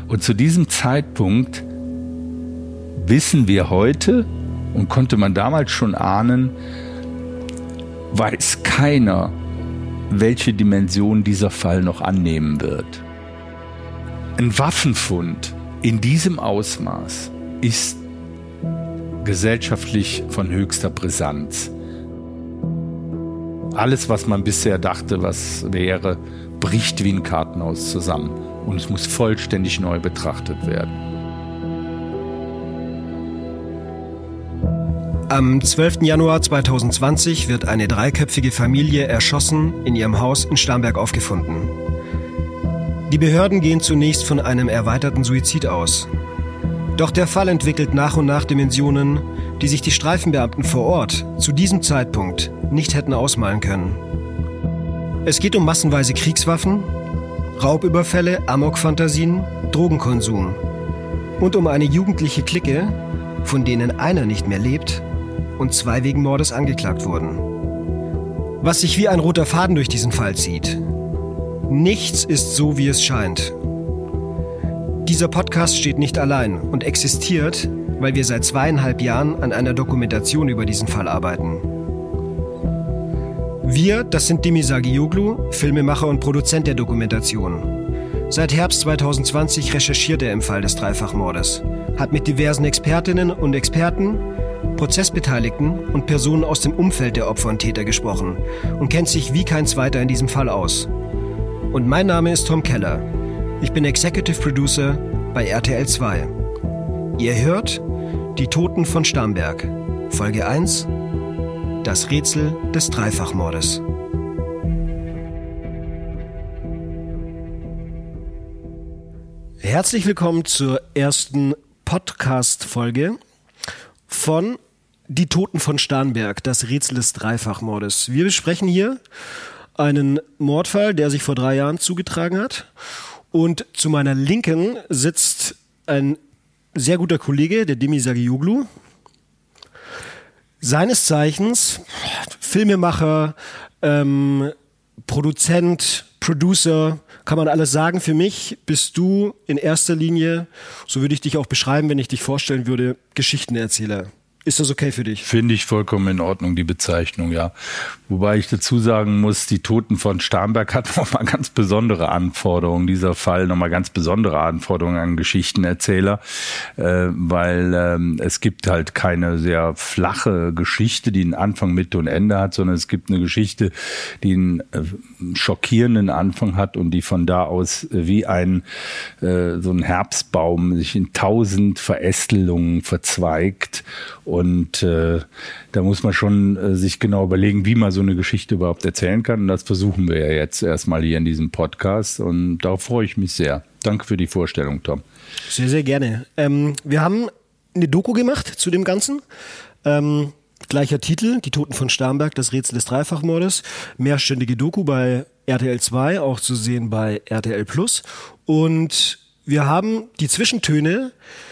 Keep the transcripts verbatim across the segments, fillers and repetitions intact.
Und zu diesem Zeitpunkt wissen wir heute und konnte man damals schon ahnen, weiß keiner, welche Dimension dieser Fall noch annehmen wird. Ein Waffenfund in diesem Ausmaß ist gesellschaftlich von höchster Brisanz. Alles, was man bisher dachte, was wäre, bricht wie ein Kartenhaus zusammen und es muss vollständig neu betrachtet werden. Am zwölften Januar zweitausendzwanzig wird eine dreiköpfige Familie erschossen in ihrem Haus in Starnberg aufgefunden. Die Behörden gehen zunächst von einem erweiterten Suizid aus. Doch der Fall entwickelt nach und nach Dimensionen, die sich die Streifenbeamten vor Ort zu diesem Zeitpunkt nicht hätten ausmalen können. Es geht um massenweise Kriegswaffen, Raubüberfälle, Amokfantasien, Drogenkonsum und um eine jugendliche Clique, von denen einer nicht mehr lebt und zwei wegen Mordes angeklagt wurden. Was sich wie ein roter Faden durch diesen Fall zieht: Nichts ist so, wie es scheint. Dieser Podcast steht nicht allein und existiert, weil wir seit zweieinhalb Jahren an einer Dokumentation über diesen Fall arbeiten. Wir, das sind Dimi Sagioglu, Filmemacher und Produzent der Dokumentation. Seit Herbst zweitausendzwanzig recherchiert er im Fall des Dreifachmordes, hat mit diversen Expertinnen und Experten, Prozessbeteiligten und Personen aus dem Umfeld der Opfer und Täter gesprochen und kennt sich wie kein Zweiter in diesem Fall aus. Und mein Name ist Tom Keller. Ich bin Executive Producer bei R T L zwei. Ihr hört Die Toten von Starnberg, Folge eins, das Rätsel des Dreifachmordes. Herzlich willkommen zur ersten Podcast-Folge von Die Toten von Starnberg, das Rätsel des Dreifachmordes. Wir besprechen hier einen Mordfall, der sich vor drei Jahren zugetragen hat. Und zu meiner Linken sitzt ein sehr guter Kollege, der Dimi Sagioglu. Seines Zeichens Filmemacher, ähm, Produzent, Producer, kann man alles sagen. Für mich bist du in erster Linie, so würde ich dich auch beschreiben, wenn ich dich vorstellen würde, Geschichtenerzähler. Ist das okay für dich? Finde ich vollkommen in Ordnung, die Bezeichnung, ja. Wobei ich dazu sagen muss, die Toten von Starnberg hat nochmal ganz besondere Anforderungen. Dieser Fall nochmal ganz besondere Anforderungen an Geschichtenerzähler, äh, weil ähm, es gibt halt keine sehr flache Geschichte, die einen Anfang, Mitte und Ende hat, sondern es gibt eine Geschichte, die einen äh, schockierenden Anfang hat und die von da aus äh, wie ein äh, so ein Herbstbaum sich in tausend Verästelungen verzweigt. Und äh, da muss man schon äh, sich genau überlegen, wie man so eine Geschichte überhaupt erzählen kann. Und das versuchen wir ja jetzt erstmal hier in diesem Podcast. Und darauf freue ich mich sehr. Danke für die Vorstellung, Tom. Sehr, sehr gerne. Ähm, wir haben eine Doku gemacht zu dem Ganzen. Ähm, gleicher Titel, Die Toten von Starnberg, das Rätsel des Dreifachmordes. Mehrstündige Doku bei R T L zwei, auch zu sehen bei R T L Plus. Und wir haben die Zwischentöne,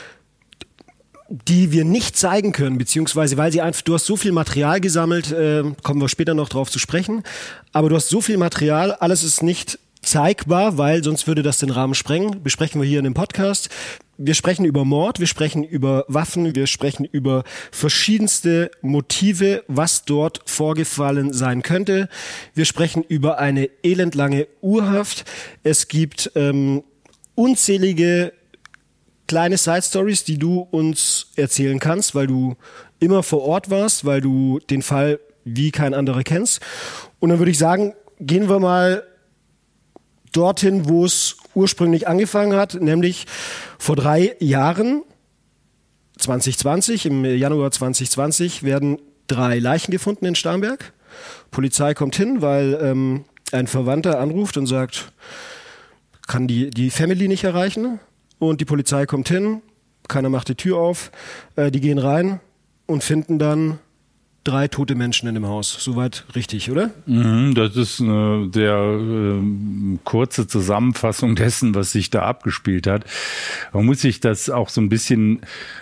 die wir nicht zeigen können, beziehungsweise weil sie einfach, du hast so viel Material gesammelt, äh, kommen wir später noch drauf zu sprechen, aber du hast so viel Material, alles ist nicht zeigbar, weil sonst würde das den Rahmen sprengen. Besprechen wir hier in dem Podcast. Wir sprechen über Mord, wir sprechen über Waffen, wir sprechen über verschiedenste Motive, was dort vorgefallen sein könnte. Wir sprechen über eine elendlange Urhaft. Es gibt ähm, unzählige kleine Side-Stories, die du uns erzählen kannst, weil du immer vor Ort warst, weil du den Fall wie kein anderer kennst. Und dann würde ich sagen, gehen wir mal dorthin, wo es ursprünglich angefangen hat, nämlich vor drei Jahren, zwanzig zwanzig, im Januar zwanzig zwanzig, werden drei Leichen gefunden in Starnberg. Polizei kommt hin, weil ähm, ein Verwandter anruft und sagt, kann die, die Family nicht erreichen. Und die Polizei kommt hin, keiner macht die Tür auf, äh, die gehen rein und finden dann drei tote Menschen in dem Haus. Soweit richtig, oder? Mhm, das ist eine sehr äh, kurze Zusammenfassung dessen, was sich da abgespielt hat. Man muss sich das auch so ein bisschen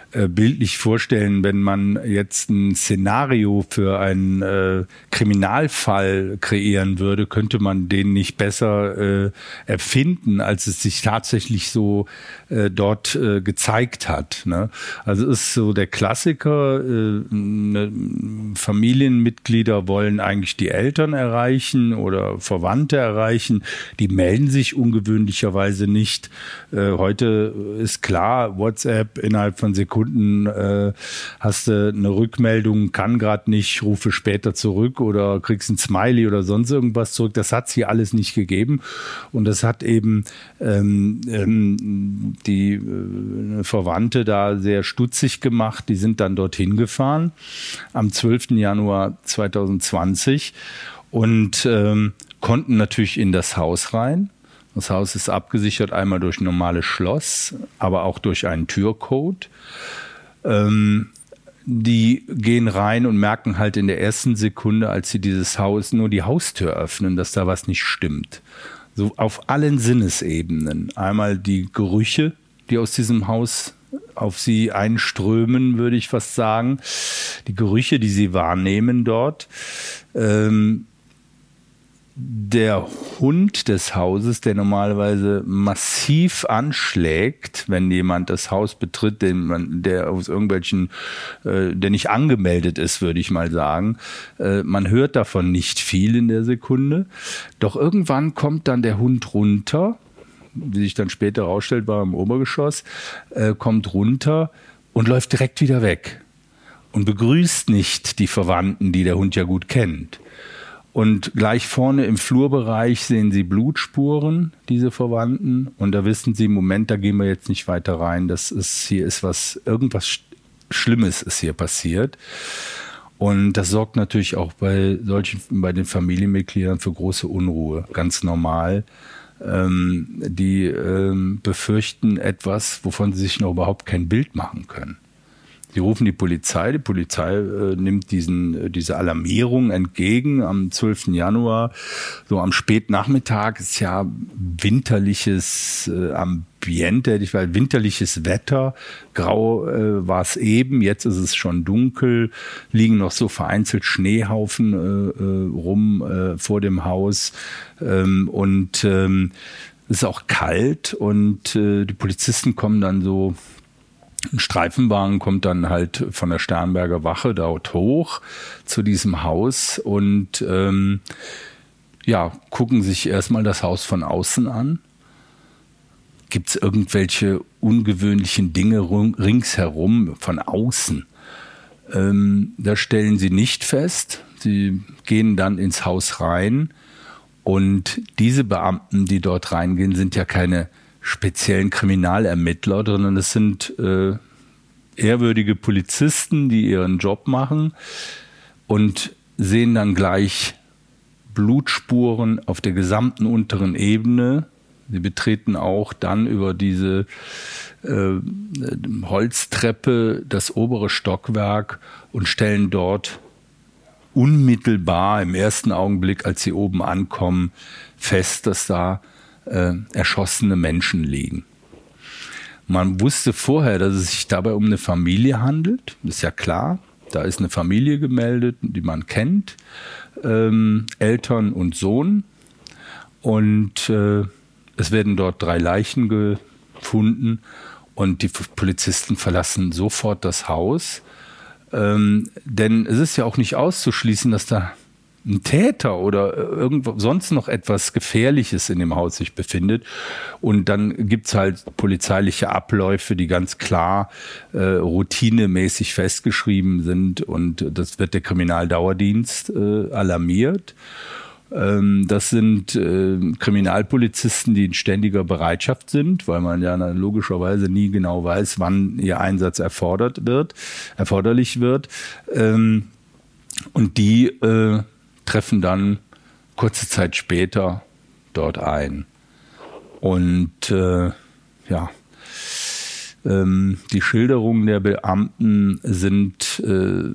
äh, bildlich vorstellen, wenn man jetzt ein Szenario für einen äh, Kriminalfall kreieren würde, könnte man den nicht besser äh, erfinden, als es sich tatsächlich so äh, dort äh, gezeigt hat. Ne? Also ist so der Klassiker, äh, ne, Familienmitglieder wollen eigentlich die Eltern erreichen oder Verwandte erreichen, die melden sich ungewöhnlicherweise nicht. Äh, heute ist klar, WhatsApp, innerhalb von Sekunden äh, hast du eine Rückmeldung, kann gerade nicht, rufe später zurück oder kriegst ein Smiley oder sonst irgendwas zurück. Das hat es hier alles nicht gegeben und das hat eben ähm, ähm, die äh, Verwandte da sehr stutzig gemacht. Die sind dann dorthin gefahren am zwölften Januar zweitausendzwanzig und ähm, konnten natürlich in das Haus rein. Das Haus ist abgesichert, einmal durch ein normales Schloss, aber auch durch einen Türcode. Ähm, die gehen rein und merken halt in der ersten Sekunde, als sie dieses Haus, nur die Haustür öffnen, dass da was nicht stimmt. So auf allen Sinnesebenen. Einmal die Gerüche, die aus diesem Haus auf sie einströmen, würde ich fast sagen. Die Gerüche, die sie wahrnehmen dort. Ähm, Der Hund des Hauses, der normalerweise massiv anschlägt, wenn jemand das Haus betritt, den man, der aus irgendwelchen, äh, der nicht angemeldet ist, würde ich mal sagen. Äh, man hört davon nicht viel in der Sekunde. Doch irgendwann kommt dann der Hund runter, wie sich dann später herausstellt, war im Obergeschoss, äh, kommt runter und läuft direkt wieder weg und begrüßt nicht die Verwandten, die der Hund ja gut kennt. Und gleich vorne im Flurbereich sehen Sie Blutspuren, diese Verwandten. Und da wissen Sie, Moment, da gehen wir jetzt nicht weiter rein. Das ist, hier ist was, irgendwas Schlimmes ist hier passiert. Und das sorgt natürlich auch bei solchen, bei den Familienmitgliedern für große Unruhe. Ganz normal. Ähm, die ähm, befürchten etwas, wovon sie sich noch überhaupt kein Bild machen können. Sie rufen die Polizei, die Polizei äh, nimmt diesen, diese Alarmierung entgegen am zwölften Januar. So am Spätnachmittag ist ja winterliches äh, Ambiente, ich weiß, winterliches Wetter. Grau äh, war es eben, jetzt ist es schon dunkel, liegen noch so vereinzelt Schneehaufen äh, äh, rum äh, vor dem Haus ähm, und ähm, es ist auch kalt und äh, die Polizisten kommen dann so. Ein Streifenwagen kommt dann halt von der Sternberger Wache dort hoch zu diesem Haus und ähm, ja, gucken sich erstmal das Haus von außen an. Gibt es irgendwelche ungewöhnlichen Dinge ringsherum von außen? Ähm, das stellen sie nicht fest. Sie gehen dann ins Haus rein und diese Beamten, die dort reingehen, sind ja keine speziellen Kriminalermittler, sondern es sind äh, ehrwürdige Polizisten, die ihren Job machen und sehen dann gleich Blutspuren auf der gesamten unteren Ebene. Sie betreten auch dann über diese äh, Holztreppe das obere Stockwerk und stellen dort unmittelbar im ersten Augenblick, als sie oben ankommen, fest, dass da Äh, erschossene Menschen liegen. Man wusste vorher, dass es sich dabei um eine Familie handelt. Das ist ja klar. Da ist eine Familie gemeldet, die man kennt. Ähm, Eltern und Sohn. Und äh, es werden dort drei Leichen gefunden. Und die Polizisten verlassen sofort das Haus. Ähm, denn es ist ja auch nicht auszuschließen, dass da ein Täter oder irgendwo sonst noch etwas Gefährliches in dem Haus sich befindet. Und dann gibt's halt polizeiliche Abläufe, die ganz klar äh, routinemäßig festgeschrieben sind. Und das wird der Kriminaldauerdienst äh, alarmiert. Ähm, das sind äh, Kriminalpolizisten, die in ständiger Bereitschaft sind, weil man ja logischerweise nie genau weiß, wann ihr Einsatz erfordert wird, erforderlich wird. Ähm, und die äh, treffen dann kurze Zeit später dort ein. Und äh, ja, ähm, die Schilderungen der Beamten sind äh,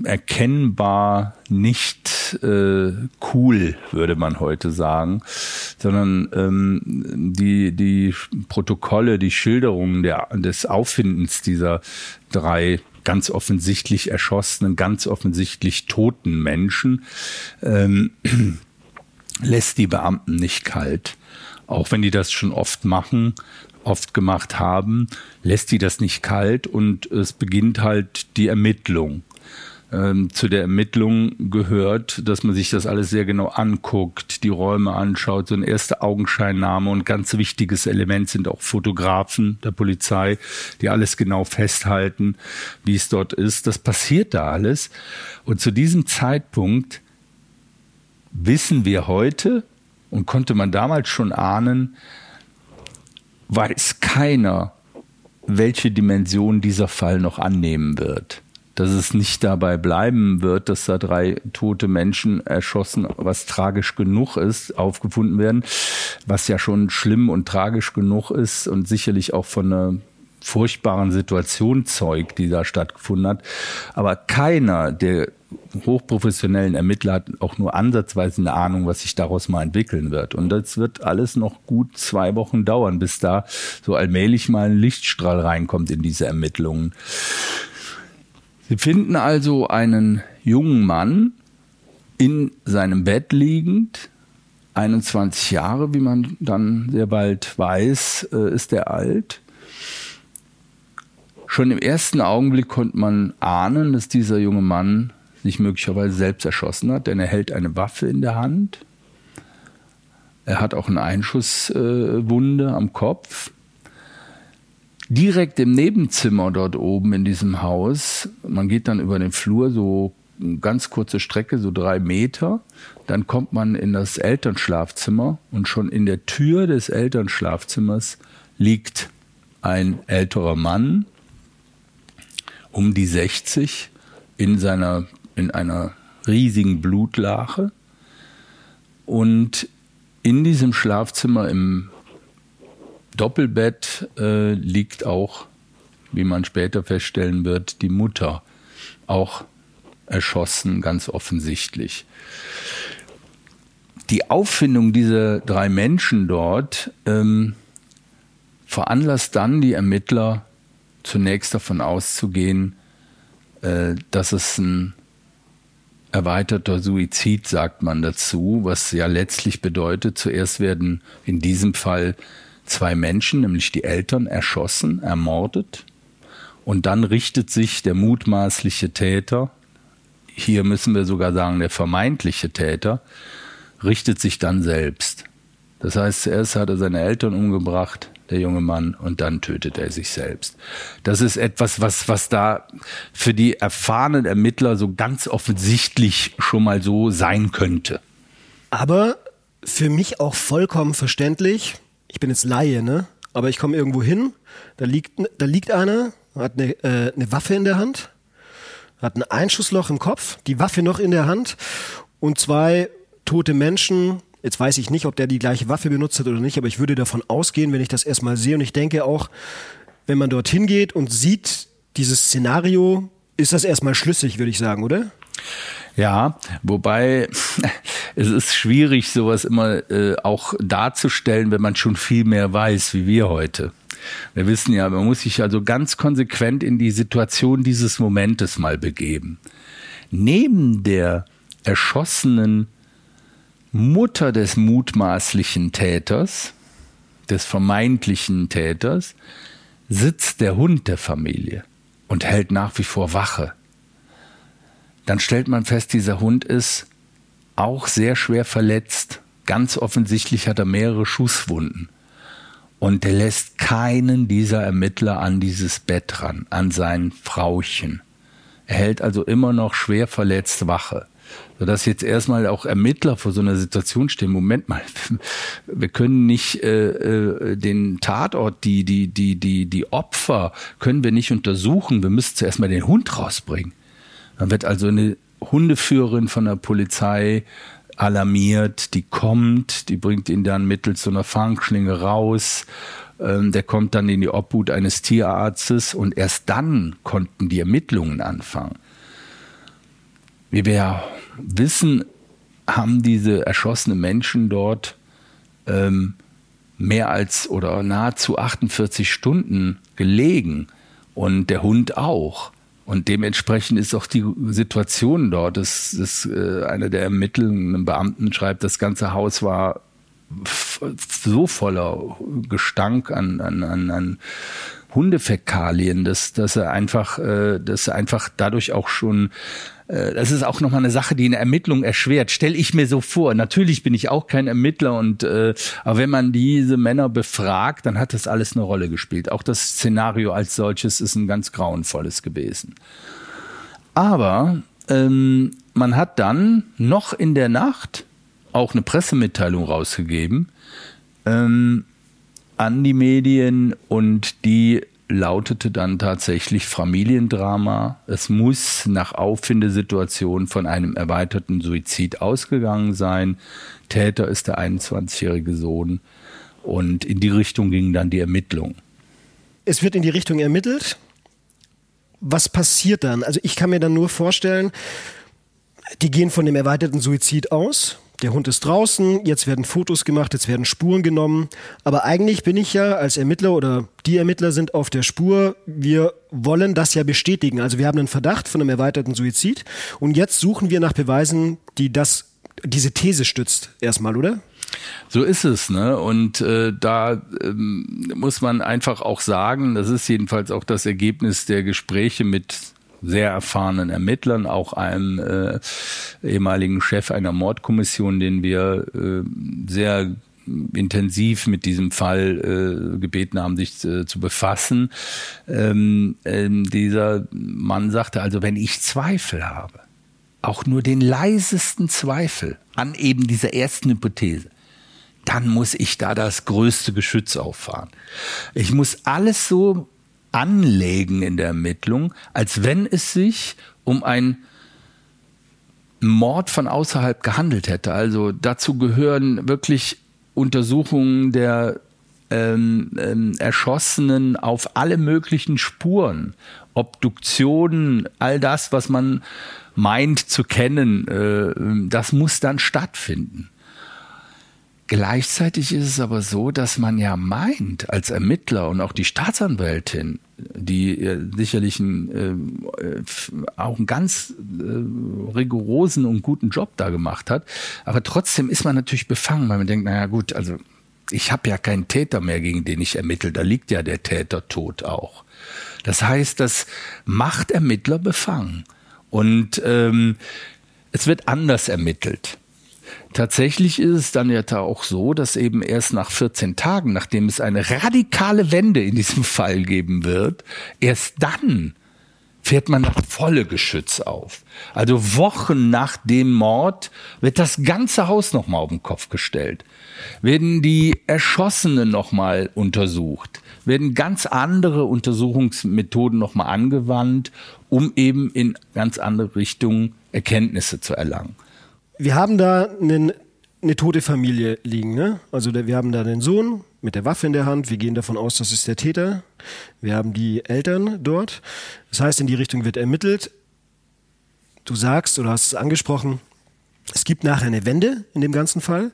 erkennbar nicht äh, cool, würde man heute sagen. sondern ähm, die, die Protokolle, die Schilderungen der, des Auffindens dieser drei ganz offensichtlich erschossenen, ganz offensichtlich toten Menschen ähm, lässt die Beamten nicht kalt. Auch wenn die das schon oft machen, oft gemacht haben, lässt die das nicht kalt und es beginnt halt die Ermittlung. Ähm, zu der Ermittlung gehört, dass man sich das alles sehr genau anguckt, die Räume anschaut, so eine erste Augenscheinnahme, und ganz wichtiges Element sind auch Fotografen der Polizei, die alles genau festhalten, wie es dort ist. Das passiert da alles. Und zu diesem Zeitpunkt wissen wir heute, und konnte man damals schon ahnen, weiß keiner, welche Dimension dieser Fall noch annehmen wird. Dass es nicht dabei bleiben wird, dass da drei tote Menschen erschossen, was tragisch genug ist, aufgefunden werden, was ja schon schlimm und tragisch genug ist und sicherlich auch von einer furchtbaren Situation zeugt, die da stattgefunden hat. Aber keiner der hochprofessionellen Ermittler hat auch nur ansatzweise eine Ahnung, was sich daraus mal entwickeln wird. Und das wird alles noch gut zwei Wochen dauern, bis da so allmählich mal ein Lichtstrahl reinkommt in diese Ermittlungen. Sie finden also einen jungen Mann in seinem Bett liegend, einundzwanzig Jahre, wie man dann sehr bald weiß, ist er alt. Schon im ersten Augenblick konnte man ahnen, dass dieser junge Mann sich möglicherweise selbst erschossen hat, denn er hält eine Waffe in der Hand. Er hat auch eine Einschusswunde äh, am Kopf. Direkt im Nebenzimmer dort oben in diesem Haus, man geht dann über den Flur so eine ganz kurze Strecke, so drei Meter, dann kommt man in das Elternschlafzimmer und schon in der Tür des Elternschlafzimmers liegt ein älterer Mann, um die sechzig, in seiner, in einer riesigen Blutlache. Und in diesem Schlafzimmer im Doppelbett äh, liegt auch, wie man später feststellen wird, die Mutter, auch erschossen, ganz offensichtlich. Die Auffindung dieser drei Menschen dort ähm, veranlasst dann die Ermittler, zunächst davon auszugehen, äh, dass es ein erweiterter Suizid, sagt man dazu, was ja letztlich bedeutet, zuerst werden in diesem Fall zwei Menschen, nämlich die Eltern, erschossen, ermordet, und dann richtet sich der mutmaßliche Täter, hier müssen wir sogar sagen, der vermeintliche Täter, richtet sich dann selbst. Das heißt, zuerst hat er seine Eltern umgebracht, der junge Mann, und dann tötet er sich selbst. Das ist etwas, was, was da für die erfahrenen Ermittler so ganz offensichtlich schon mal so sein könnte. Aber für mich auch vollkommen verständlich. Ich bin jetzt Laie, ne? Aber ich komme irgendwo hin, da liegt, da liegt einer, hat eine, äh, eine Waffe in der Hand, hat ein Einschussloch im Kopf, die Waffe noch in der Hand und zwei tote Menschen. Jetzt weiß ich nicht, ob der die gleiche Waffe benutzt hat oder nicht, aber ich würde davon ausgehen, wenn ich das erstmal sehe. Und ich denke auch, wenn man dorthin geht und sieht dieses Szenario, ist das erstmal schlüssig, würde ich sagen, oder? Ja, wobei es ist schwierig, sowas immer äh, auch darzustellen, wenn man schon viel mehr weiß, wie wir heute. Wir wissen ja, man muss sich also ganz konsequent in die Situation dieses Momentes mal begeben. Neben der erschossenen Mutter des mutmaßlichen Täters, des vermeintlichen Täters, sitzt der Hund der Familie und hält nach wie vor Wache. Dann stellt man fest, dieser Hund ist auch sehr schwer verletzt. Ganz offensichtlich hat er mehrere Schusswunden. Und der lässt keinen dieser Ermittler an dieses Bett ran, an sein Frauchen. Er hält also immer noch schwer verletzt Wache. Sodass jetzt erstmal auch Ermittler vor so einer Situation stehen. Moment mal, wir können nicht äh, äh, den Tatort, die, die, die, die, die Opfer können wir nicht untersuchen. Wir müssen zuerst mal den Hund rausbringen. Dann wird also eine Hundeführerin von der Polizei alarmiert, die kommt, die bringt ihn dann mittels so einer Fangschlinge raus. Ähm, der kommt dann in die Obhut eines Tierarztes und erst dann konnten die Ermittlungen anfangen. Wie wir ja wissen, haben diese erschossenen Menschen dort ähm, mehr als oder nahezu achtundvierzig Stunden gelegen und der Hund auch. Und dementsprechend ist auch die Situation dort, dass, dass äh, einer der ermittelnden Beamten schreibt, das ganze Haus war f- so voller Gestank an, an, an, an Hundefäkalien, dass, dass er einfach, äh, dass er einfach dadurch auch schon, äh, das ist auch nochmal eine Sache, die eine Ermittlung erschwert. Stelle ich mir so vor. Natürlich bin ich auch kein Ermittler und, äh, aber wenn man diese Männer befragt, dann hat das alles eine Rolle gespielt. Auch das Szenario als solches ist ein ganz grauenvolles gewesen. Aber ähm, man hat dann noch in der Nacht auch eine Pressemitteilung rausgegeben, ähm, an die Medien und die lautete dann tatsächlich Familiendrama. Es muss nach Auffindesituation von einem erweiterten Suizid ausgegangen sein. Täter ist der einundzwanzigjährige Sohn und in die Richtung gingen dann die Ermittlungen. Es wird in die Richtung ermittelt. Was passiert dann? Also ich kann mir dann nur vorstellen, die gehen von dem erweiterten Suizid aus. Der Hund ist draußen, jetzt werden Fotos gemacht, jetzt werden Spuren genommen. Aber eigentlich bin ich ja als Ermittler oder die Ermittler sind auf der Spur. Wir wollen das ja bestätigen. Also wir haben einen Verdacht von einem erweiterten Suizid. Und jetzt suchen wir nach Beweisen, die das, diese These stützt. Erstmal, oder? So ist es, ne? Und äh, da ähm, muss man einfach auch sagen, das ist jedenfalls auch das Ergebnis der Gespräche mit sehr erfahrenen Ermittlern, auch einem äh, ehemaligen Chef einer Mordkommission, den wir äh, sehr intensiv mit diesem Fall äh, gebeten haben, sich äh, zu befassen. Ähm, ähm, dieser Mann sagte also, wenn ich Zweifel habe, auch nur den leisesten Zweifel an eben dieser ersten Hypothese, dann muss ich da das größte Geschütz auffahren. Ich muss alles so anlegen in der Ermittlung, als wenn es sich um einen Mord von außerhalb gehandelt hätte. Also dazu gehören wirklich Untersuchungen der ähm, ähm, Erschossenen auf alle möglichen Spuren, Obduktionen, all das, was man meint zu kennen, äh, das muss dann stattfinden. Gleichzeitig ist es aber so, dass man ja meint, als Ermittler und auch die Staatsanwältin, die äh, sicherlich ein, äh, auch einen ganz äh, rigorosen und guten Job da gemacht hat, aber trotzdem ist man natürlich befangen, weil man denkt, naja gut, also ich habe ja keinen Täter mehr, gegen den ich ermittle, da liegt ja der Täter tot auch. Das heißt, das macht Ermittler befangen und ähm, es wird anders ermittelt. Tatsächlich ist es dann ja auch so, dass eben erst nach vierzehn Tagen, nachdem es eine radikale Wende in diesem Fall geben wird, erst dann fährt man das volle Geschütz auf. Also Wochen nach dem Mord wird das ganze Haus nochmal auf den Kopf gestellt. Werden die Erschossenen nochmal untersucht. Werden ganz andere Untersuchungsmethoden nochmal angewandt, um eben in ganz andere Richtungen Erkenntnisse zu erlangen. Wir haben da einen, eine tote Familie liegen, ne? Also der, wir haben da den Sohn mit der Waffe in der Hand. Wir gehen davon aus, das ist der Täter. Wir haben die Eltern dort. Das heißt, in die Richtung wird ermittelt. Du sagst oder hast es angesprochen, es gibt nachher eine Wende in dem ganzen Fall.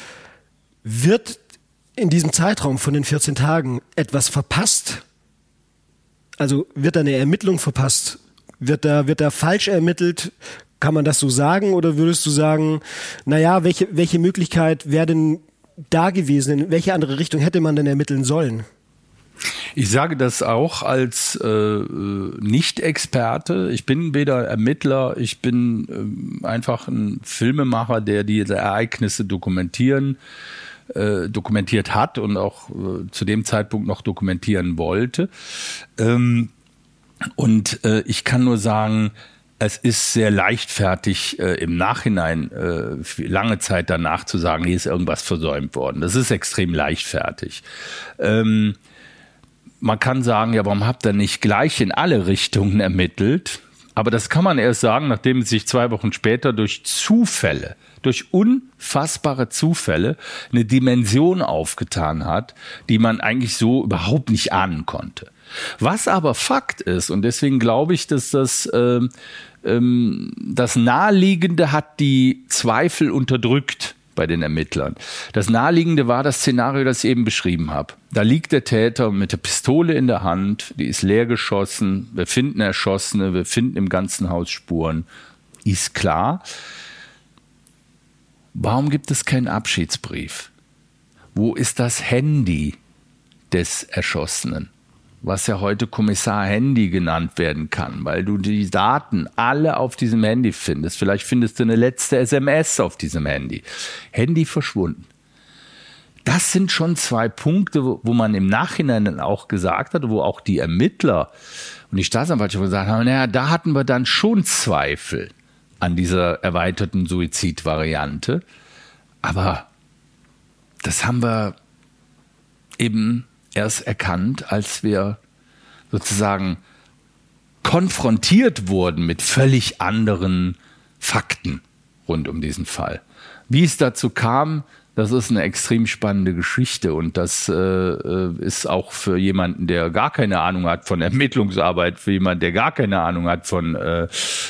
Wird in diesem Zeitraum von den vierzehn Tagen etwas verpasst? Also wird da eine Ermittlung verpasst? Wird da, wird da falsch ermittelt? Kann man das so sagen oder würdest du sagen, naja, welche, welche Möglichkeit wäre denn da gewesen? In welche andere Richtung hätte man denn ermitteln sollen? Ich sage das auch als äh, Nicht-Experte. Ich bin weder Ermittler, ich bin äh, einfach ein Filmemacher, der diese Ereignisse dokumentieren, äh, dokumentiert hat und auch äh, zu dem Zeitpunkt noch dokumentieren wollte. Ähm, und äh, ich kann nur sagen, es ist sehr leichtfertig, äh, im Nachhinein äh, lange Zeit danach zu sagen, hier ist irgendwas versäumt worden. Das ist extrem leichtfertig. Ähm, man kann sagen, ja, warum habt ihr nicht gleich in alle Richtungen ermittelt? Aber das kann man erst sagen, nachdem es sich zwei Wochen später durch Zufälle, durch unfassbare Zufälle eine Dimension aufgetan hat, die man eigentlich so überhaupt nicht ahnen konnte. Was aber Fakt ist, und deswegen glaube ich, dass das, ähm, ähm, das Naheliegende hat die Zweifel unterdrückt bei den Ermittlern. Das Naheliegende war das Szenario, das ich eben beschrieben habe. Da liegt der Täter mit der Pistole in der Hand, die ist leer geschossen, wir finden Erschossene, wir finden im ganzen Haus Spuren. Ist klar. Warum gibt es keinen Abschiedsbrief? Wo ist das Handy des Erschossenen? Was ja heute Kommissar Handy genannt werden kann, weil du die Daten alle auf diesem Handy findest. Vielleicht findest du eine letzte S M S auf diesem Handy. Handy verschwunden. Das sind schon zwei Punkte, wo man im Nachhinein dann auch gesagt hat, wo auch die Ermittler und die Staatsanwaltschaft gesagt haben, naja, da hatten wir dann schon Zweifel an dieser erweiterten Suizidvariante. Aber das haben wir eben erst erkannt, als wir sozusagen konfrontiert wurden mit völlig anderen Fakten rund um diesen Fall. Wie es dazu kam, das ist eine extrem spannende Geschichte und das äh, ist auch für jemanden, der gar keine Ahnung hat von Ermittlungsarbeit, für jemanden, der gar keine Ahnung hat von äh,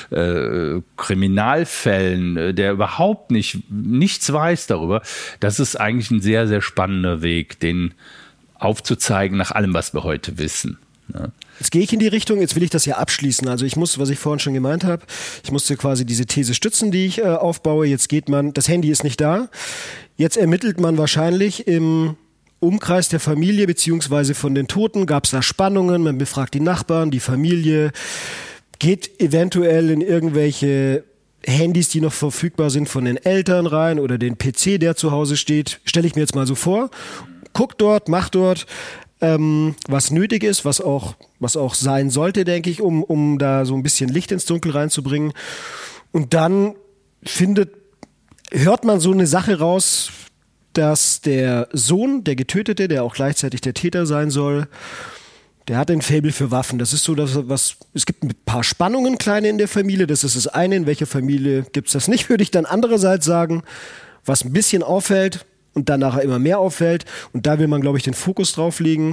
äh, Kriminalfällen, der überhaupt nicht nichts weiß darüber. Das ist eigentlich ein sehr, sehr spannender Weg, den aufzuzeigen nach allem, was wir heute wissen. Ja. Jetzt gehe ich in die Richtung, jetzt will ich das ja abschließen. Also ich muss, was ich vorhin schon gemeint habe, ich musste quasi diese These stützen, die ich äh, aufbaue. Jetzt geht man, das Handy ist nicht da. Jetzt ermittelt man wahrscheinlich im Umkreis der Familie beziehungsweise von den Toten. Gab es da Spannungen? Man befragt die Nachbarn, die Familie, geht eventuell in irgendwelche Handys, die noch verfügbar sind, von den Eltern rein oder den P C, der zu Hause steht. Stelle ich mir jetzt mal so vor. Guckt dort, macht dort, ähm, was nötig ist, was auch, was auch sein sollte, denke ich, um, um da so ein bisschen Licht ins Dunkel reinzubringen. Und dann findet, hört man so eine Sache raus, dass der Sohn, der Getötete, der auch gleichzeitig der Täter sein soll, der hat ein Faible für Waffen. Das ist so, dass was, es gibt ein paar Spannungen kleine in der Familie. Das ist das eine. In welcher Familie gibt's das nicht, würde ich dann andererseits sagen. Was ein bisschen auffällt, und dann nachher immer mehr auffällt. Und da will man, glaube ich, den Fokus drauf legen.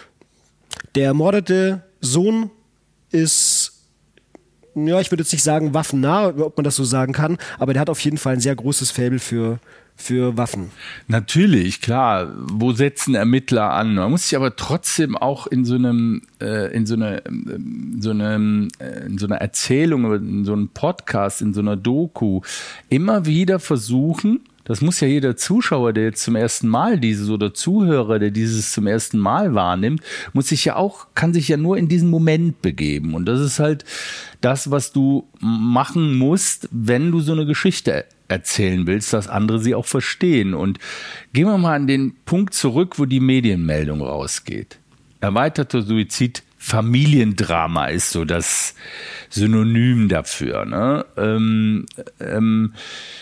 Der ermordete Sohn ist, ja, ich würde jetzt nicht sagen waffennah, ob man das so sagen kann, aber der hat auf jeden Fall ein sehr großes Faible für, für Waffen. Natürlich, klar. Wo setzen Ermittler an? Man muss sich aber trotzdem auch in so einem, äh, in so einer, in so einem, äh, in so einer Erzählung, in so einem Podcast, in so einer Doku immer wieder versuchen. Das muss ja jeder Zuschauer, der jetzt zum ersten Mal dieses oder Zuhörer, der dieses zum ersten Mal wahrnimmt, muss sich ja auch, kann sich ja nur in diesen Moment begeben. Und das ist halt das, was du machen musst, wenn du so eine Geschichte erzählen willst, dass andere sie auch verstehen. Und gehen wir mal an den Punkt zurück, wo die Medienmeldung rausgeht. Erweiterter Suizid, Familiendrama ist so das Synonym dafür, ne? Ähm, ähm,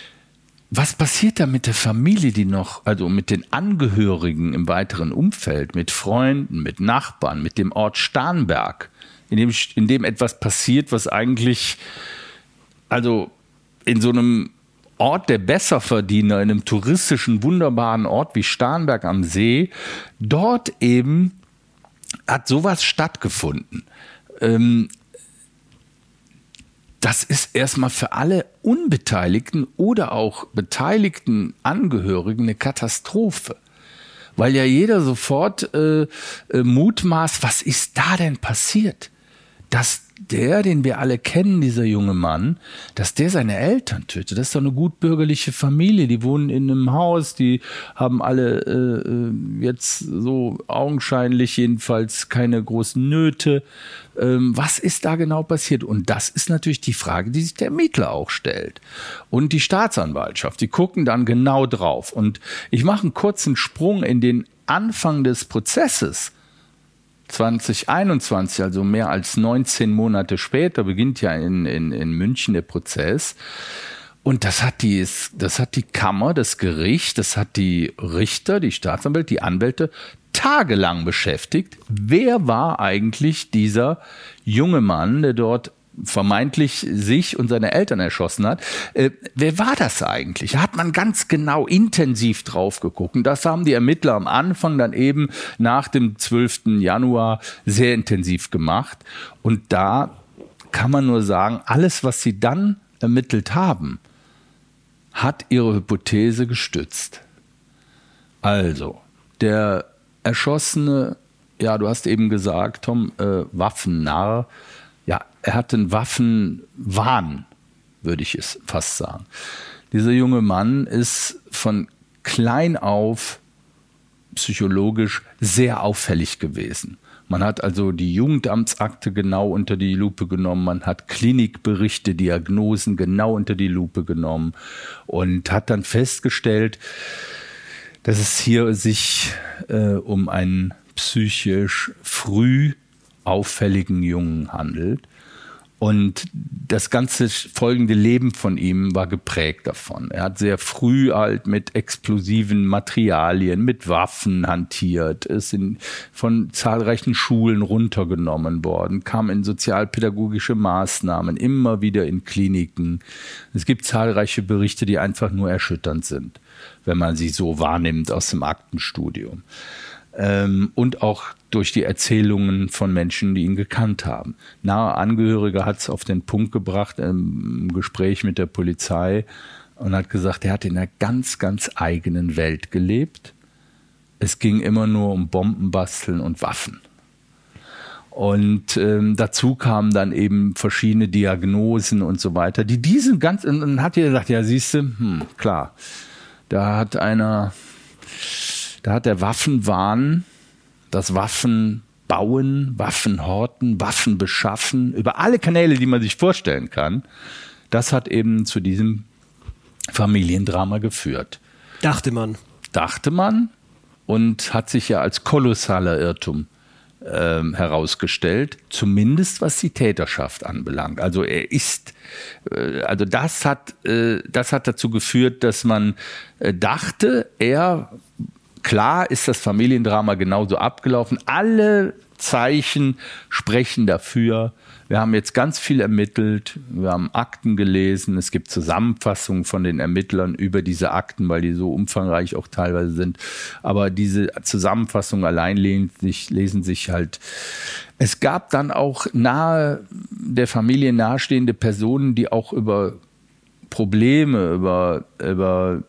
Was passiert da mit der Familie, die noch, also mit den Angehörigen im weiteren Umfeld, mit Freunden, mit Nachbarn, mit dem Ort Starnberg, in dem, in dem etwas passiert, was eigentlich, also in so einem Ort der Besserverdiener, in einem touristischen, wunderbaren Ort wie Starnberg am See, dort eben hat sowas stattgefunden. Ähm, Das ist erstmal für alle Unbeteiligten oder auch beteiligten Angehörigen eine Katastrophe. Weil ja jeder sofort äh, äh, mutmaßt, was ist da denn passiert? Dass der, den wir alle kennen, dieser junge Mann, dass der seine Eltern tötet. Das ist doch eine gutbürgerliche Familie. Die wohnen in einem Haus, die haben alle äh, jetzt so augenscheinlich jedenfalls keine großen Nöte. Ähm, was ist da genau passiert? Und das ist natürlich die Frage, die sich der Ermittler auch stellt. Und die Staatsanwaltschaft, die gucken dann genau drauf. Und ich mache einen kurzen Sprung in den Anfang des Prozesses. zwanzig einundzwanzig, also mehr als neunzehn Monate später, beginnt ja in, in, in München der Prozess. Und das hat die, das hat die Kammer, das Gericht, das hat die Richter, die Staatsanwälte, die Anwälte tagelang beschäftigt. Wer war eigentlich dieser junge Mann, der dort vermeintlich sich und seine Eltern erschossen hat? Äh, wer war das eigentlich? Da hat man ganz genau intensiv drauf geguckt. Und das haben die Ermittler am Anfang dann eben nach dem zwölften Januar sehr intensiv gemacht. Und da kann man nur sagen, alles, was sie dann ermittelt haben, hat ihre Hypothese gestützt. Also, der Erschossene, ja, du hast eben gesagt, Tom, äh, Waffennarr, ja, er hatte einen Waffenwahn, würde ich es fast sagen. Dieser junge Mann ist von klein auf psychologisch sehr auffällig gewesen. Man hat also die Jugendamtsakte genau unter die Lupe genommen, man hat Klinikberichte, Diagnosen genau unter die Lupe genommen und hat dann festgestellt, dass es hier sich äh, um einen psychisch früh auffälligen Jungen handelt. Und das ganze folgende Leben von ihm war geprägt davon. Er hat sehr früh halt mit explosiven Materialien, mit Waffen hantiert, ist in, von zahlreichen Schulen runtergenommen worden, kam in sozialpädagogische Maßnahmen, immer wieder in Kliniken. Es gibt zahlreiche Berichte, die einfach nur erschütternd sind, wenn man sie so wahrnimmt aus dem Aktenstudium. Ähm, und auch durch die Erzählungen von Menschen, die ihn gekannt haben. Nahe Angehörige hat es auf den Punkt gebracht im Gespräch mit der Polizei und hat gesagt, er hat in einer ganz, ganz eigenen Welt gelebt. Es ging immer nur um Bombenbasteln und Waffen. Und ähm, dazu kamen dann eben verschiedene Diagnosen und so weiter, die diesen ganz, und dann hat er gesagt, ja siehst du, hm, klar, da hat einer, da hat der Waffenwahn, das Waffenbauen, Waffenhorten, Waffen beschaffen, über alle Kanäle, die man sich vorstellen kann, das hat eben zu diesem Familiendrama geführt. Dachte man. Dachte man und hat sich ja als kolossaler Irrtum äh, herausgestellt, zumindest was die Täterschaft anbelangt. Also er ist, äh, also das hat, äh, das hat dazu geführt, dass man äh, dachte, er Klar ist das Familiendrama genauso abgelaufen. Alle Zeichen sprechen dafür. Wir haben jetzt ganz viel ermittelt. Wir haben Akten gelesen. Es gibt Zusammenfassungen von den Ermittlern über diese Akten, weil die so umfangreich auch teilweise sind. Aber diese Zusammenfassungen allein lesen sich, lesen sich halt. Es gab dann auch nahe der Familie nahestehende Personen, die auch über Probleme, über, über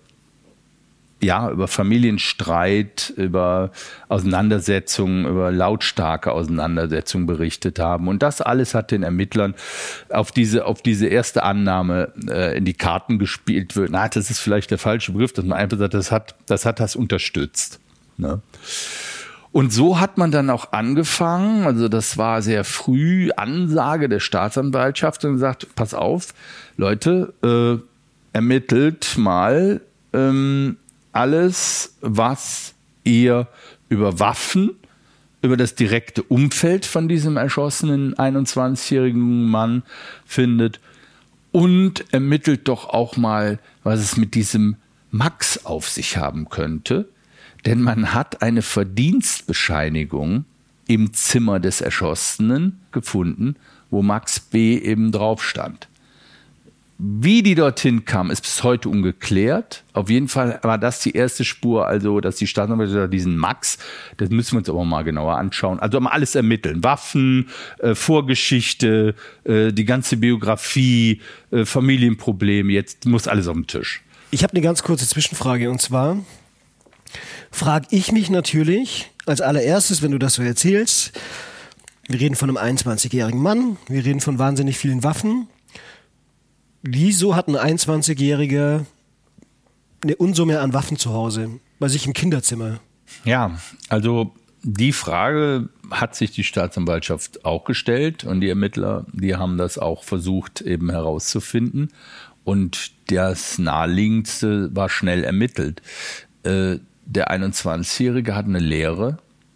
ja, über Familienstreit, über Auseinandersetzungen, über lautstarke Auseinandersetzungen berichtet haben. Und das alles hat den Ermittlern auf diese, auf diese erste Annahme äh, in die Karten gespielt. Wird. Na, das ist vielleicht der falsche Begriff, dass man einfach sagt, das hat, das hat das unterstützt. Ne? Und so hat man dann auch angefangen, also das war sehr früh Ansage der Staatsanwaltschaft und gesagt, pass auf, Leute, äh, ermittelt mal, ähm, alles, was ihr über Waffen, über das direkte Umfeld von diesem erschossenen einundzwanzigjährigen Mann findet und ermittelt doch auch mal, was es mit diesem Max auf sich haben könnte. Denn man hat eine Verdienstbescheinigung im Zimmer des Erschossenen gefunden, wo Max B. eben drauf stand. Wie die dorthin kam, ist bis heute ungeklärt. Auf jeden Fall war das die erste Spur, also dass die Staatsanwaltschaft diesen Max, das müssen wir uns aber mal genauer anschauen, also mal alles ermitteln. Waffen, äh, Vorgeschichte, äh, die ganze Biografie, äh, Familienprobleme, jetzt muss alles auf den Tisch. Ich habe eine ganz kurze Zwischenfrage und zwar frage ich mich natürlich als allererstes, wenn du das so erzählst, wir reden von einem einundzwanzigjährigen Mann, wir reden von wahnsinnig vielen Waffen. Wieso hat ein einundzwanzigjähriger eine Unsumme an Waffen zu Hause, bei sich im Kinderzimmer? Ja, also die Frage hat sich die Staatsanwaltschaft auch gestellt und die Ermittler, die haben das auch versucht eben herauszufinden und das Naheliegendste war schnell ermittelt. Äh, der einundzwanzigjährige hat eine Lehre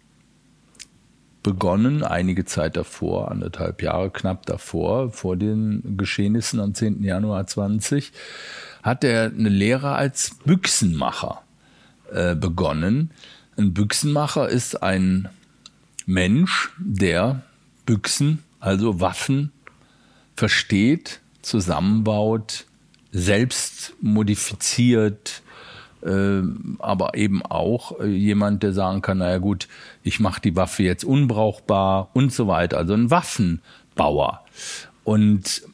begonnen, einige Zeit davor, anderthalb Jahre knapp davor, vor den Geschehnissen am zehnten Januar zwanzig, hat er eine Lehre als Büchsenmacher äh, begonnen. Ein Büchsenmacher ist ein Mensch, der Büchsen, also Waffen, versteht, zusammenbaut, selbst modifiziert, Äh, aber eben auch äh, jemand, der sagen kann, naja gut, ich mache die Waffe jetzt unbrauchbar und so weiter. Also ein Waffenbauer. Und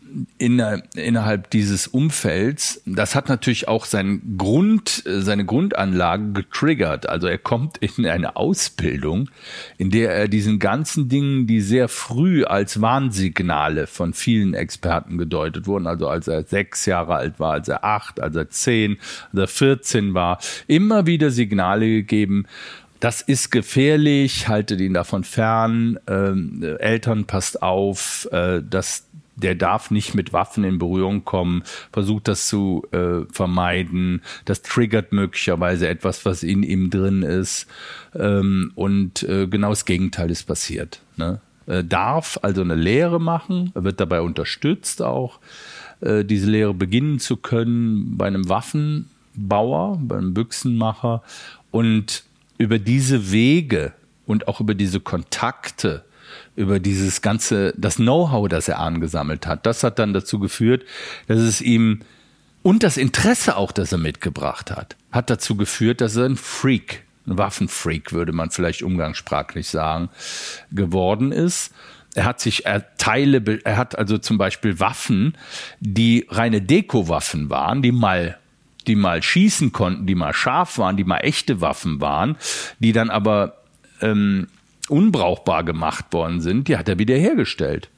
in, innerhalb dieses Umfelds, das hat natürlich auch seinen Grund, seine Grundanlage getriggert. Also er kommt in eine Ausbildung, in der er diesen ganzen Dingen, die sehr früh als Warnsignale von vielen Experten gedeutet wurden, also als er sechs Jahre alt war, als er acht, als er zehn, als er vierzehn war, immer wieder Signale gegeben. Das ist gefährlich, haltet ihn davon fern, ähm, Eltern passt auf, äh, das, der darf nicht mit Waffen in Berührung kommen, versucht das zu äh, vermeiden, das triggert möglicherweise etwas, was in ihm drin ist, ähm, und äh, genau das Gegenteil ist passiert. Ne? Äh, darf also eine Lehre machen, wird dabei unterstützt auch, äh, diese Lehre beginnen zu können bei einem Waffenbauer, bei einem Büchsenmacher, und über diese Wege und auch über diese Kontakte, über dieses ganze, das Know-how, das er angesammelt hat, das hat dann dazu geführt, dass es ihm, und das Interesse auch, das er mitgebracht hat, hat dazu geführt, dass er ein Freak, ein Waffenfreak, würde man vielleicht umgangssprachlich sagen, geworden ist. Er hat sich er Teile, er hat also zum Beispiel Waffen, die reine Dekowaffen waren, die mal die mal schießen konnten, die mal scharf waren, die mal echte Waffen waren, die dann aber ähm, unbrauchbar gemacht worden sind, die hat er wiederhergestellt.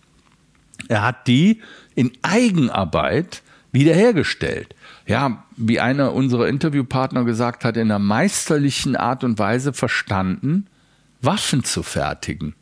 Er hat die in Eigenarbeit wiederhergestellt. Ja, wie einer unserer Interviewpartner gesagt hat, in einer meisterlichen Art und Weise verstanden, Waffen zu fertigen.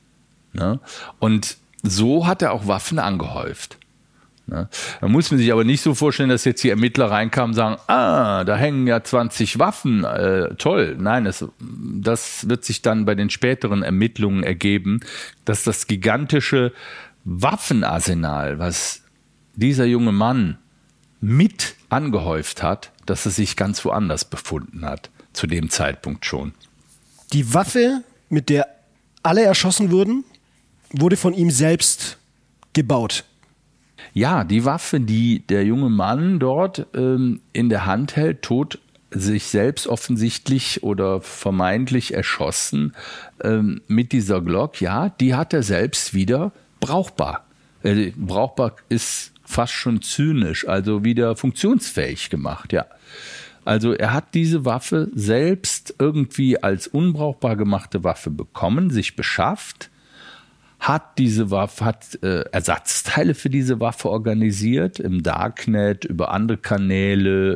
Ne? Und so hat er auch Waffen angehäuft. Ne? Da muss man sich aber nicht so vorstellen, dass jetzt die Ermittler reinkamen und sagen, ah, da hängen ja zwanzig Waffen, äh, toll. Nein, das, das wird sich dann bei den späteren Ermittlungen ergeben, dass das gigantische Waffenarsenal, was dieser junge Mann mit angehäuft hat, dass es sich ganz woanders befunden hat, zu dem Zeitpunkt schon. Die Waffe, mit der alle erschossen wurden, wurde von ihm selbst gebaut. Ja, die Waffe, die der junge Mann dort ähm, in der Hand hält, tot sich selbst offensichtlich oder vermeintlich erschossen ähm, mit dieser Glock, ja, die hat er selbst wieder brauchbar. Äh, brauchbar ist fast schon zynisch, also wieder funktionsfähig gemacht, ja. Also er hat diese Waffe selbst irgendwie als unbrauchbar gemachte Waffe bekommen, sich beschafft, hat diese Waffe, hat äh, Ersatzteile für diese Waffe organisiert im Darknet, über andere Kanäle,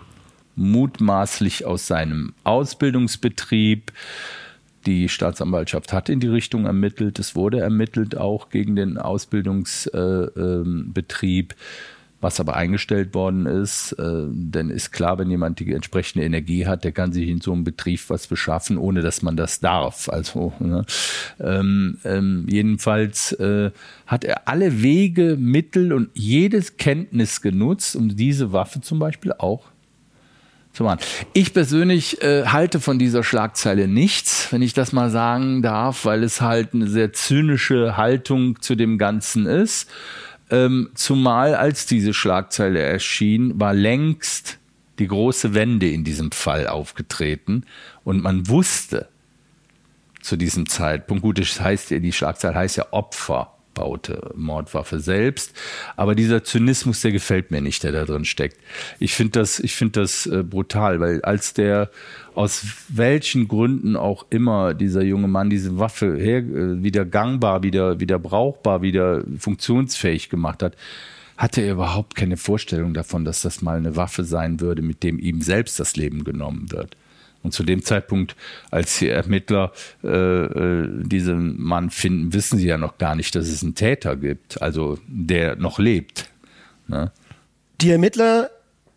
mutmaßlich aus seinem Ausbildungsbetrieb. Die Staatsanwaltschaft hat in die Richtung ermittelt. Es wurde ermittelt auch gegen den Ausbildungsbetrieb, äh, äh, was aber eingestellt worden ist. Äh, denn ist klar, wenn jemand die entsprechende Energie hat, der kann sich in so einem Betrieb was beschaffen, ohne dass man das darf. Also ne? ähm, ähm, jedenfalls äh, hat er alle Wege, Mittel und jede Kenntnis genutzt, um diese Waffe zum Beispiel auch zu machen. Ich persönlich äh, halte von dieser Schlagzeile nichts, wenn ich das mal sagen darf, weil es halt eine sehr zynische Haltung zu dem Ganzen ist. Ähm, zumal als diese Schlagzeile erschien, war längst die große Wende in diesem Fall aufgetreten und man wusste zu diesem Zeitpunkt, gut, das heißt ja, die Schlagzeile heißt ja Opfer baute Mordwaffe selbst, aber dieser Zynismus, der gefällt mir nicht, der da drin steckt. Ich finde das, ich finde das äh, brutal, weil als der aus welchen Gründen auch immer dieser junge Mann diese Waffe her, äh, wieder gangbar, wieder, wieder brauchbar, wieder funktionsfähig gemacht hat, hatte er überhaupt keine Vorstellung davon, dass das mal eine Waffe sein würde, mit dem ihm selbst das Leben genommen wird. Und zu dem Zeitpunkt, als die Ermittler äh, diesen Mann finden, wissen sie ja noch gar nicht, dass es einen Täter gibt, also der noch lebt. Ne? Die Ermittler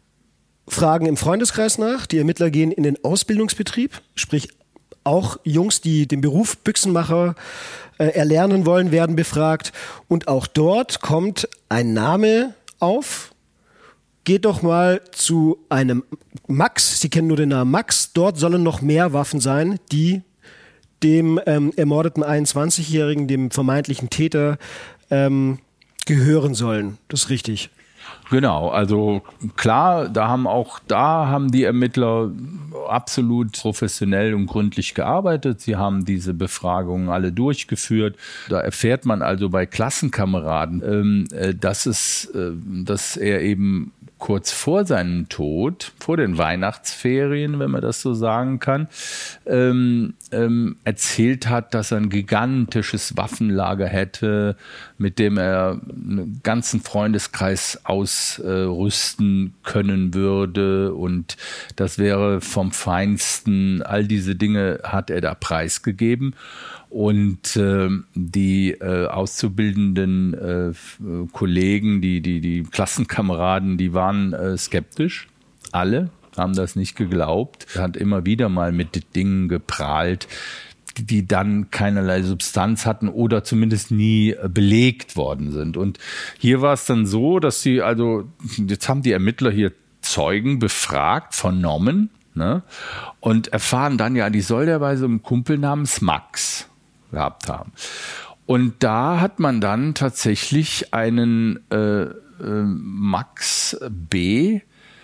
fragen im Freundeskreis nach, die Ermittler gehen in den Ausbildungsbetrieb, sprich auch Jungs, die den Beruf Büchsenmacher äh, erlernen wollen, werden befragt. Und auch dort kommt ein Name auf. Geht doch mal zu einem Max, Sie kennen nur den Namen Max, dort sollen noch mehr Waffen sein, die dem ähm, ermordeten einundzwanzigjährigen, dem vermeintlichen Täter, ähm, gehören sollen. Das ist richtig. Genau, also klar, da haben auch da haben die Ermittler absolut professionell und gründlich gearbeitet. Sie haben diese Befragungen alle durchgeführt. Da erfährt man also bei Klassenkameraden, ähm, äh, dass es, äh, dass er eben kurz vor seinem Tod, vor den Weihnachtsferien, wenn man das so sagen kann, ähm, ähm, erzählt hat, dass er ein gigantisches Waffenlager hätte, mit dem er einen ganzen Freundeskreis ausrüsten können würde, und das wäre vom Feinsten. All diese Dinge hat er da preisgegeben. Und äh, die äh, auszubildenden äh, Kollegen, die, die, die Klassenkameraden, die waren äh, skeptisch. Alle haben das nicht geglaubt. Er hat immer wieder mal mit Dingen geprahlt, die, die dann keinerlei Substanz hatten oder zumindest nie äh, belegt worden sind. Und hier war es dann so, dass sie, also jetzt haben die Ermittler hier Zeugen befragt, vernommen, ne, und erfahren dann, ja, die soll der bei so einem Kumpel namens Max gehabt haben. Und da hat man dann tatsächlich einen äh, äh, Max B.,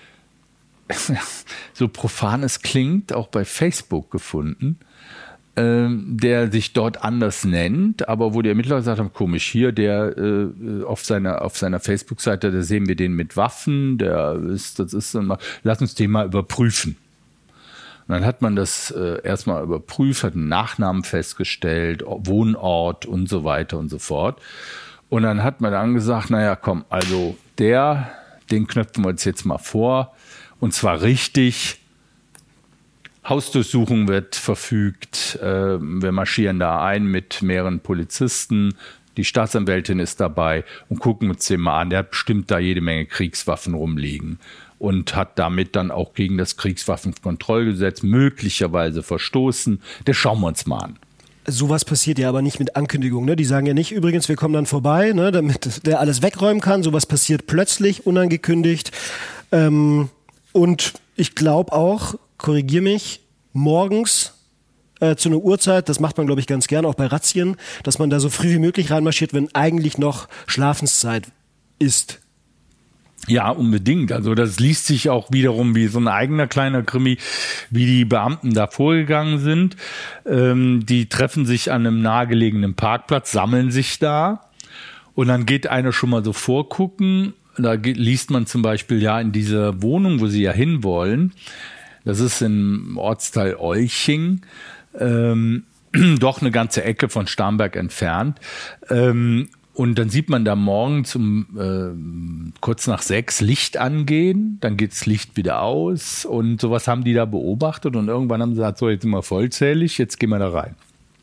so profan es klingt, auch bei Facebook gefunden, äh, der sich dort anders nennt, aber wo die Ermittler gesagt haben, komisch, hier, der äh, auf seiner auf seiner Facebook-Seite, da sehen wir den mit Waffen, der ist, das ist, lass uns den mal überprüfen. Und dann hat man das äh, erstmal überprüft, hat einen Nachnamen festgestellt, Wohnort und so weiter und so fort. Und dann hat man dann gesagt, naja, komm, also der, den knöpfen wir uns jetzt mal vor. Und zwar richtig. Hausdurchsuchung wird verfügt. Äh, wir marschieren da ein mit mehreren Polizisten. Die Staatsanwältin ist dabei und gucken uns den mal an. Der hat bestimmt da jede Menge Kriegswaffen rumliegen. Und hat damit dann auch gegen das Kriegswaffenkontrollgesetz möglicherweise verstoßen. Das schauen wir uns mal an. Sowas passiert ja aber nicht mit Ankündigung, ne? Die sagen ja nicht, übrigens, wir kommen dann vorbei, ne, damit der alles wegräumen kann. Sowas passiert plötzlich, unangekündigt. Ähm, und ich glaube auch, korrigier mich, morgens äh, zu einer Uhrzeit, das macht man, glaube ich, ganz gerne, auch bei Razzien, dass man da so früh wie möglich reinmarschiert, wenn eigentlich noch Schlafenszeit ist. Ja, unbedingt. Also das liest sich auch wiederum wie so ein eigener kleiner Krimi, wie die Beamten da vorgegangen sind. Ähm, die treffen sich an einem nahegelegenen Parkplatz, sammeln sich da und dann geht einer schon mal so vorgucken. Da geht, liest man zum Beispiel ja in dieser Wohnung, wo sie ja hinwollen, das ist im Ortsteil Olching, ähm, doch eine ganze Ecke von Starnberg entfernt. Ähm, Und dann sieht man da morgens um äh, kurz nach sechs Licht angehen, dann geht das Licht wieder aus und sowas haben die da beobachtet und irgendwann haben sie gesagt, so jetzt sind wir vollzählig, jetzt gehen wir da rein.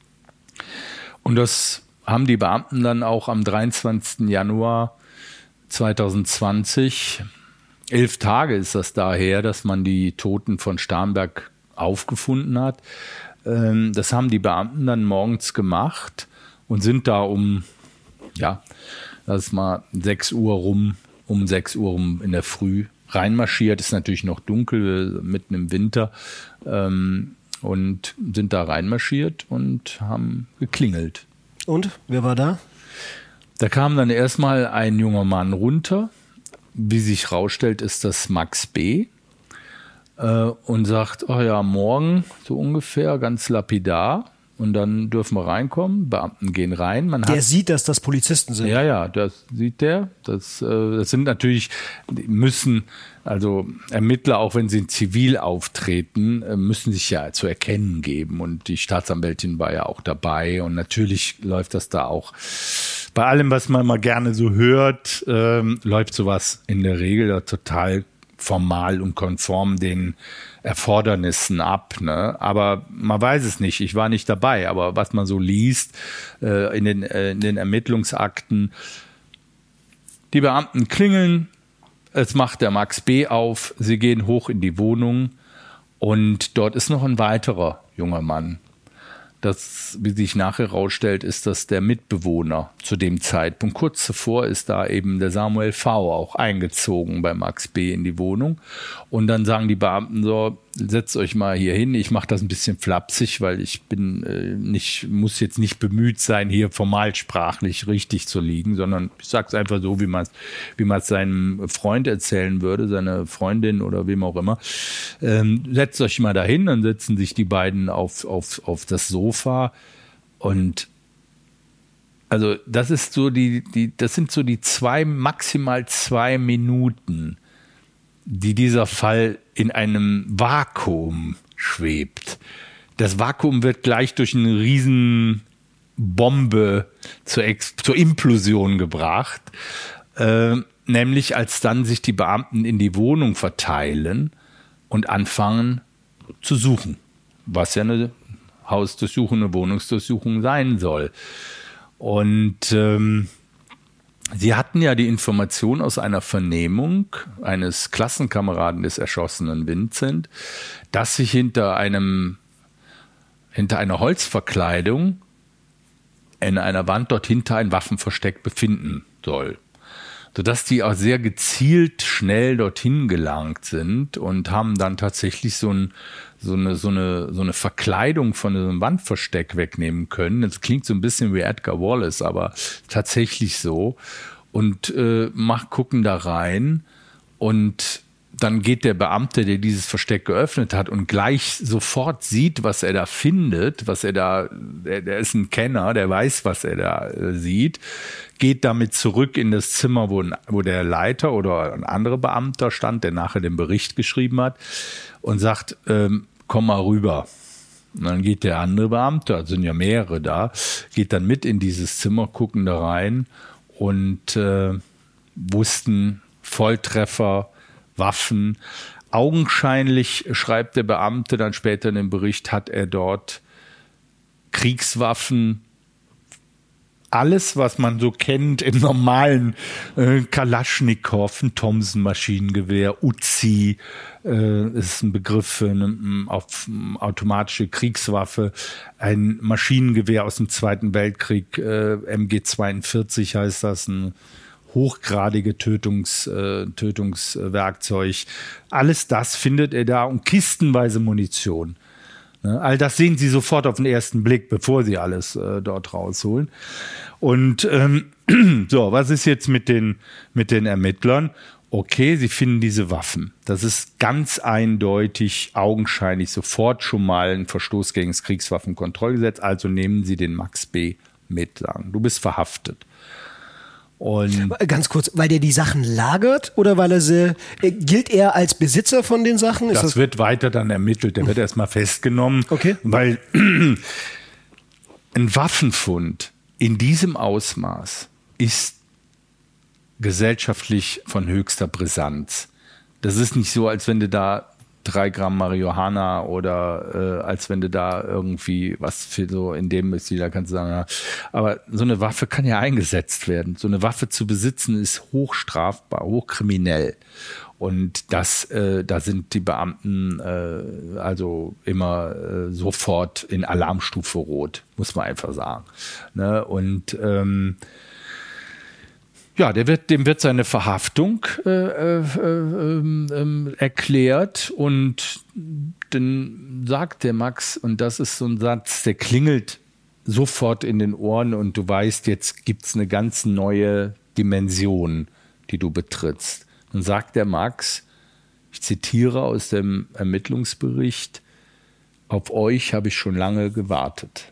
Und das haben die Beamten dann auch am dreiundzwanzigsten Januar zweitausendzwanzig, elf Tage ist das daher, dass man die Toten von Starnberg aufgefunden hat. Ähm, das haben die Beamten dann morgens gemacht und sind da um ja, das ist mal sechs Uhr rum, um sechs Uhr rum in der Früh reinmarschiert. Ist natürlich noch dunkel, mitten im Winter. Ähm, und sind da reinmarschiert und haben geklingelt. Und? Wer war da? Da kam dann erstmal ein junger Mann runter. Wie sich rausstellt, ist das Max B. Äh, und sagt, oh ja, morgen so ungefähr, ganz lapidar. Und dann dürfen wir reinkommen, Beamten gehen rein. Man der hat, sieht, dass das Polizisten sind. Ja, ja, das sieht der. Das, äh, das sind natürlich, die müssen, also Ermittler, auch wenn sie in Zivil auftreten, äh, müssen sich ja zu erkennen geben. Und die Staatsanwältin war ja auch dabei. Und natürlich läuft das da auch. Bei allem, was man mal gerne so hört, ähm, läuft sowas in der Regel da total formal und konform den Erfordernissen ab, ne? Aber man weiß es nicht, ich war nicht dabei, aber was man so liest äh, in, den, äh, in den Ermittlungsakten, die Beamten klingeln, es macht der Max B. auf, sie gehen hoch in die Wohnung und dort ist noch ein weiterer junger Mann. Das, wie sich nachher herausstellt, ist das der Mitbewohner zu dem Zeitpunkt. Kurz zuvor ist da eben der Samuel V. auch eingezogen bei Max B. in die Wohnung. Und dann sagen die Beamten so, setzt euch mal hier hin. Ich mache das ein bisschen flapsig, weil ich bin äh, nicht, muss jetzt nicht bemüht sein, hier formalsprachlich richtig zu liegen, sondern ich sage es einfach so, wie man es wie man es seinem Freund erzählen würde, seine Freundin oder wem auch immer. Ähm, setzt euch mal dahin, dann setzen sich die beiden auf, auf, auf das Sofa und also das ist so die, die, das sind so die zwei, maximal zwei Minuten, die dieser Fall in einem Vakuum schwebt. Das Vakuum wird gleich durch eine riesen Bombe zur, Ex- zur Implosion gebracht, äh, nämlich als dann sich die Beamten in die Wohnung verteilen und anfangen zu suchen, was ja eine Hausdurchsuchung, eine Wohnungsdurchsuchung sein soll. Und ähm, sie hatten ja die Information aus einer Vernehmung eines Klassenkameraden des erschossenen Vincent, dass sich hinter einem hinter einer Holzverkleidung in einer Wand dort hinter ein Waffenversteck befinden soll. Sodass die auch sehr gezielt schnell dorthin gelangt sind und haben dann tatsächlich so, ein, so, eine, so, eine, so eine Verkleidung von einem Wandversteck wegnehmen können. Das klingt so ein bisschen wie Edgar Wallace, aber tatsächlich so. Und äh, mach, gucken da rein und dann geht der Beamte, der dieses Versteck geöffnet hat und gleich sofort sieht, was er da findet, was er da, der, der ist ein Kenner, der weiß, was er da äh, sieht, geht damit zurück in das Zimmer, wo, wo der Leiter oder ein anderer Beamter stand, der nachher den Bericht geschrieben hat und sagt, ähm, komm mal rüber. Und dann geht der andere Beamte, also sind ja mehrere da, geht dann mit in dieses Zimmer, gucken da rein und äh, wussten Volltreffer, Waffen. Augenscheinlich, schreibt der Beamte dann später in dem Bericht, hat er dort Kriegswaffen, alles, was man so kennt im normalen äh, Kalaschnikow, ein Thompson-Maschinengewehr, Uzi, äh, ist ein Begriff für eine auf, automatische Kriegswaffe, ein Maschinengewehr aus dem Zweiten Weltkrieg, äh, M G zweiundvierzig heißt das, ein hochgradige Tötungs, äh, Tötungswerkzeug. Alles das findet er da und kistenweise Munition. Ne? All das sehen Sie sofort auf den ersten Blick, bevor Sie alles äh, dort rausholen. Und ähm, so, was ist jetzt mit den, mit den Ermittlern? Okay, sie finden diese Waffen. Das ist ganz eindeutig, augenscheinlich sofort schon mal ein Verstoß gegen das Kriegswaffenkontrollgesetz. Also nehmen Sie den Max B. mit. Sagen, du bist verhaftet. Und ganz kurz, weil der die Sachen lagert oder weil er sie, gilt er als Besitzer von den Sachen? Ist das, das wird weiter dann ermittelt, der wird erstmal festgenommen, okay. Weil ein Waffenfund in diesem Ausmaß ist gesellschaftlich von höchster Brisanz. Das ist nicht so, als wenn du da drei Gramm Marihuana oder äh, als wenn du da irgendwie was für so in dem ist, da kannst du sagen, ja. Aber so eine Waffe kann ja eingesetzt werden. So eine Waffe zu besitzen ist hochstrafbar, hochkriminell. Und das, äh, da sind die Beamten äh, also immer äh, sofort in Alarmstufe Rot, muss man einfach sagen. Ne? Und ähm, ja, der wird, dem wird seine Verhaftung äh, äh, äh, äh, erklärt und dann sagt der Max, und das ist so ein Satz, der klingelt sofort in den Ohren und du weißt, jetzt gibt's eine ganz neue Dimension, die du betrittst. Dann sagt der Max, ich zitiere aus dem Ermittlungsbericht, auf euch habe ich schon lange gewartet.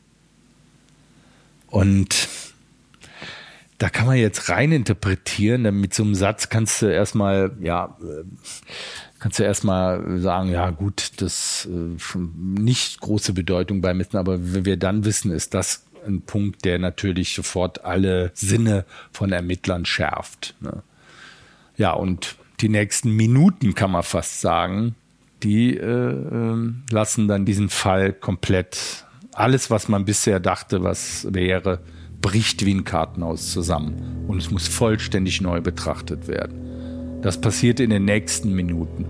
Und da kann man jetzt rein interpretieren, denn mit so einem Satz kannst du erstmal, ja, kannst du erstmal sagen, ja gut, das äh, nicht große Bedeutung beimessen, aber wenn wir dann wissen, ist das ein Punkt, der natürlich sofort alle Sinne von Ermittlern schärft. Ne? Ja, und die nächsten Minuten, kann man fast sagen, die äh, äh, lassen dann diesen Fall komplett, alles, was man bisher dachte, was wäre, bricht wie ein Kartenhaus zusammen und es muss vollständig neu betrachtet werden. Das passiert in den nächsten Minuten.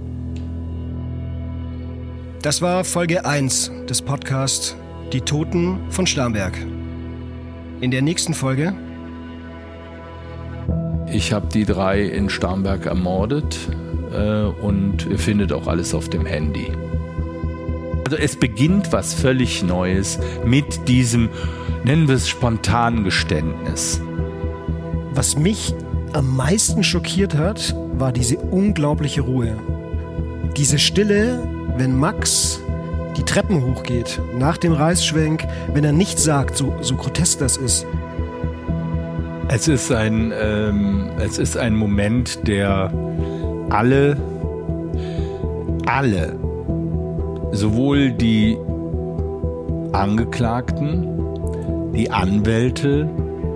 Das war Folge eins des Podcasts Die Toten von Starnberg. In der nächsten Folge: Ich habe die drei in Starnberg ermordet. äh, und ihr findet auch alles auf dem Handy. Also es beginnt was völlig Neues mit diesem, nennen wir es, spontanen Geständnis. Was mich am meisten schockiert hat, war diese unglaubliche Ruhe. Diese Stille, wenn Max die Treppen hochgeht, nach dem Reißschwenk, wenn er nichts sagt, so, so grotesk das ist. Es ist ein, ähm, es ist ein Moment, der alle, alle, sowohl die Angeklagten, die Anwälte,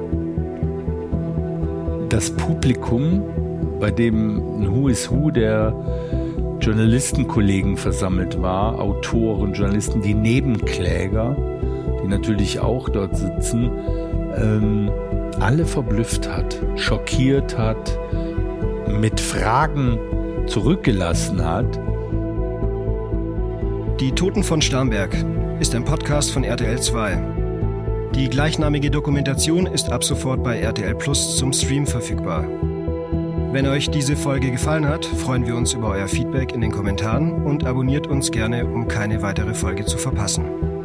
das Publikum, bei dem ein Who is Who der Journalistenkollegen versammelt war, Autoren, Journalisten, die Nebenkläger, die natürlich auch dort sitzen, ähm, alle verblüfft hat, schockiert hat, mit Fragen zurückgelassen hat. Die Toten von Starnberg ist ein Podcast von R T L zwei. Die gleichnamige Dokumentation ist ab sofort bei R T L Plus zum Stream verfügbar. Wenn euch diese Folge gefallen hat, freuen wir uns über euer Feedback in den Kommentaren und abonniert uns gerne, um keine weitere Folge zu verpassen.